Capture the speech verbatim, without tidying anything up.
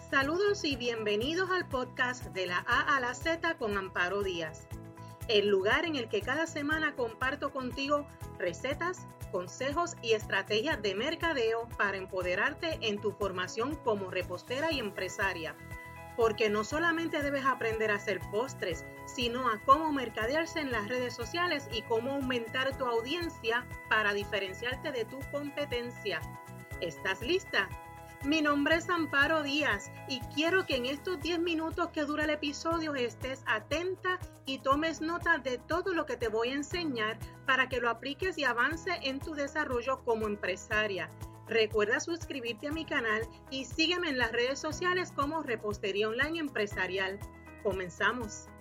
Saludos y bienvenidos al podcast de la A a la Z con Amparo Díaz, el lugar en el que cada semana comparto contigo recetas, consejos y estrategias de mercadeo para empoderarte en tu formación como repostera y empresaria. Porque no solamente debes aprender a hacer postres, sino a cómo mercadearse en las redes sociales y cómo aumentar tu audiencia para diferenciarte de tu competencia. ¿Estás lista? Mi nombre es Amparo Díaz y quiero que en estos diez minutos que dura el episodio estés atenta y tomes nota de todo lo que te voy a enseñar para que lo apliques y avance en tu desarrollo como empresaria. Recuerda suscribirte a mi canal y sígueme en las redes sociales como Repostería Online Empresarial. ¡Comenzamos!